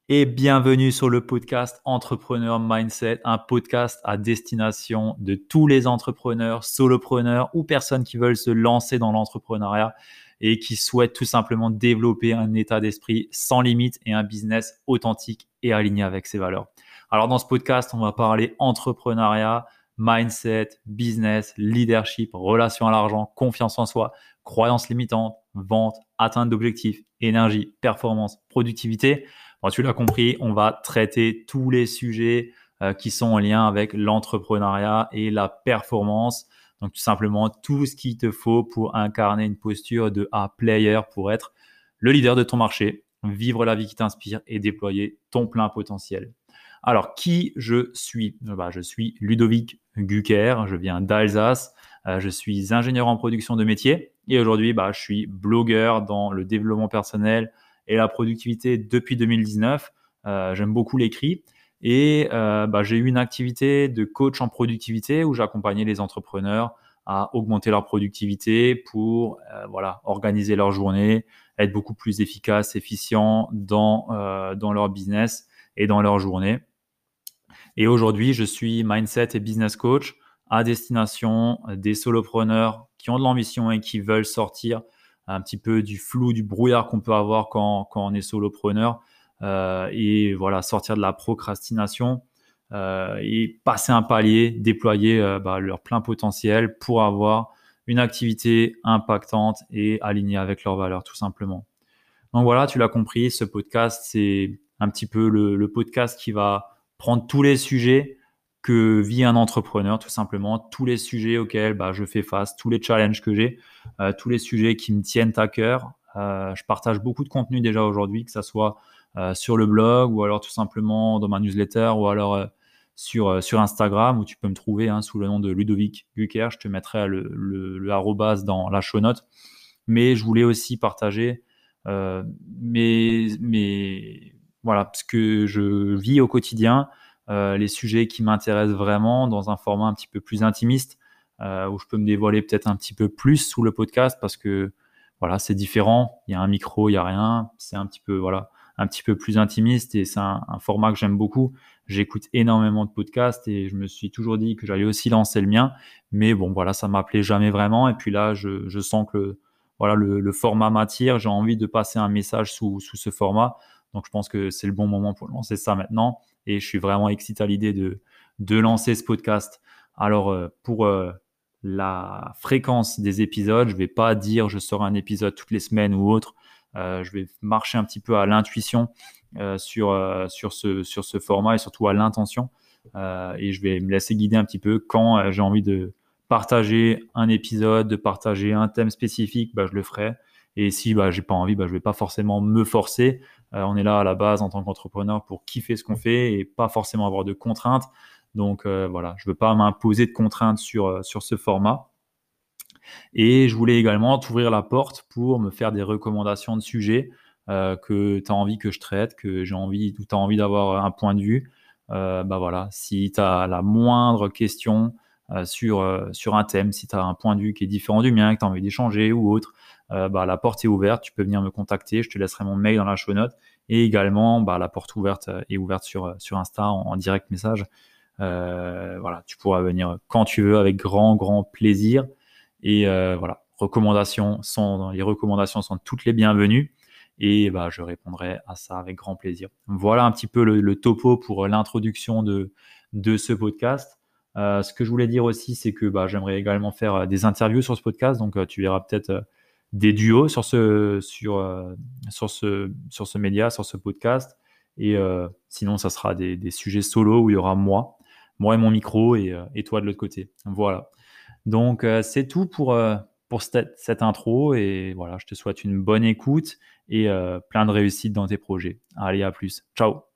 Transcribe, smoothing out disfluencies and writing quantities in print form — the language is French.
Et bienvenue sur le podcast Entrepreneur Mindset, un podcast à destination de tous les entrepreneurs, solopreneurs ou personnes qui veulent se lancer dans l'entrepreneuriat et qui souhaitent tout simplement développer un état d'esprit sans limite et un business authentique et aligné avec ses valeurs. Alors dans ce podcast, on va parler entrepreneuriat, mindset, business, leadership, relation à l'argent, confiance en soi, croyances limitantes, vente, atteinte d'objectifs, énergie, performance, productivité. Bon, tu l'as compris, on va traiter tous les sujets qui sont en lien avec l'entrepreneuriat et la performance. Donc, tout simplement, tout ce qu'il te faut pour incarner une posture de A-player pour être le leader de ton marché, vivre la vie qui t'inspire et déployer ton plein potentiel. Alors, qui je suis ? Je suis Ludovic Gucker, je viens d'Alsace, je suis ingénieur en production de métier et aujourd'hui, je suis blogueur dans le développement personnel et la productivité depuis 2019. J'aime beaucoup l'écrit et j'ai eu une activité de coach en productivité où j'accompagnais les entrepreneurs à augmenter leur productivité pour organiser leur journée, être beaucoup plus efficace, efficient dans leur business et dans leur journée. Et aujourd'hui, je suis mindset et business coach à destination des solopreneurs qui ont de l'ambition et qui veulent sortir un petit peu du flou, du brouillard qu'on peut avoir quand on est solopreneur et voilà, sortir de la procrastination et passer un palier, déployer leur plein potentiel pour avoir une activité impactante et alignée avec leurs valeurs tout simplement. Donc voilà, tu l'as compris, ce podcast, c'est un petit peu le podcast qui va prendre tous les sujets que vit un entrepreneur, tout simplement, tous les sujets auxquels je fais face, tous les challenges que j'ai, tous les sujets qui me tiennent à cœur. Je partage beaucoup de contenu déjà aujourd'hui, que ça soit sur le blog ou alors tout simplement dans ma newsletter ou alors sur Instagram où tu peux me trouver sous le nom de Ludovic Gucker. Je te mettrai le arrobase dans la show note. Mais je voulais aussi partager mais voilà, ce que je vis au quotidien, les sujets qui m'intéressent vraiment dans un format un petit peu plus intimiste, où je peux me dévoiler peut-être un petit peu plus sous le podcast parce que voilà, c'est différent. Il y a un micro, il y a rien. C'est un petit peu un petit peu plus intimiste et c'est un format que j'aime beaucoup. J'écoute énormément de podcasts et je me suis toujours dit que j'allais aussi lancer le mien. Mais bon, voilà, ça m'appelait jamais vraiment. Et puis là, je sens que le format m'attire. J'ai envie de passer un message sous ce format. Donc, je pense que c'est le bon moment pour lancer ça maintenant. Et je suis vraiment excité à l'idée de lancer ce podcast. Alors, pour la fréquence des épisodes, je vais pas dire je sors un épisode toutes les semaines ou autre. Je vais marcher un petit peu à l'intuition sur ce format et surtout à l'intention. Et je vais me laisser guider un petit peu quand j'ai envie de partager un épisode, de partager un thème spécifique, je le ferai. Et si j'ai pas envie, je vais pas forcément me forcer. On est là à la base en tant qu'entrepreneur pour kiffer ce qu'on fait et pas forcément avoir de contraintes. Donc voilà, je veux pas m'imposer de contraintes sur ce format. Et je voulais également t'ouvrir la porte pour me faire des recommandations de sujets que tu as envie que je traite, que j'ai envie, ou tu as envie d'avoir un point de vue. Voilà, si tu as la moindre question sur un thème, si tu as un point de vue qui est différent du mien, que tu as envie d'échanger ou autre, la porte est ouverte, tu peux venir me contacter, je te laisserai mon mail dans la show note. Et également, la porte ouverte est ouverte sur Insta en direct message. Voilà, tu pourras venir quand tu veux avec grand, grand plaisir. Et voilà, les recommandations sont toutes les bienvenues et je répondrai à ça avec grand plaisir. Voilà un petit peu le topo pour l'introduction de ce podcast. Ce que je voulais dire aussi, c'est que j'aimerais également faire des interviews sur ce podcast. Donc, tu verras peut-être des duos sur ce média, sur ce podcast. Et sinon, ça sera des sujets solo où il y aura moi et mon micro et toi de l'autre côté. Voilà. Donc, c'est tout pour cette intro. Et voilà, je te souhaite une bonne écoute et plein de réussite dans tes projets. Allez, à plus. Ciao.